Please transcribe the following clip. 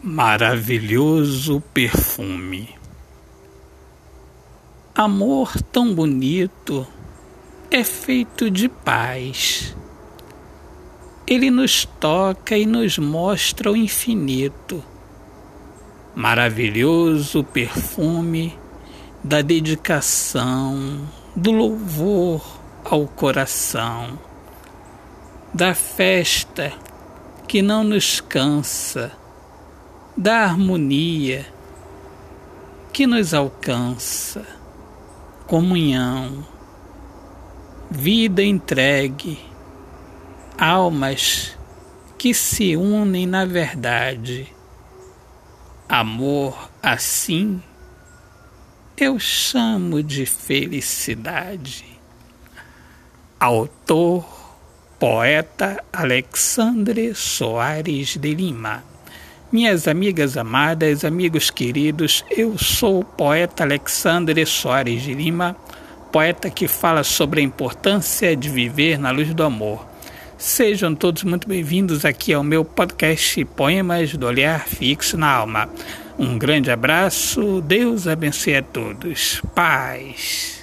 Maravilhoso perfume. Amor tão bonito é feito de paz. Ele nos toca e nos mostra o infinito. Maravilhoso perfume da dedicação, do louvor ao coração, da festa que não nos cansa, da harmonia que nos alcança, comunhão, vida entregue, almas que se unem na verdade. Amor assim eu chamo de felicidade. Autor, poeta Alexandre Soares de Lima. Minhas amigas amadas, amigos queridos, eu sou o poeta Alexandre Soares de Lima, poeta que fala sobre a importância de viver na luz do amor. Sejam todos muito bem-vindos aqui ao meu podcast Poemas do Olhar Fixo na Alma. Um grande abraço, Deus abençoe a todos. Paz.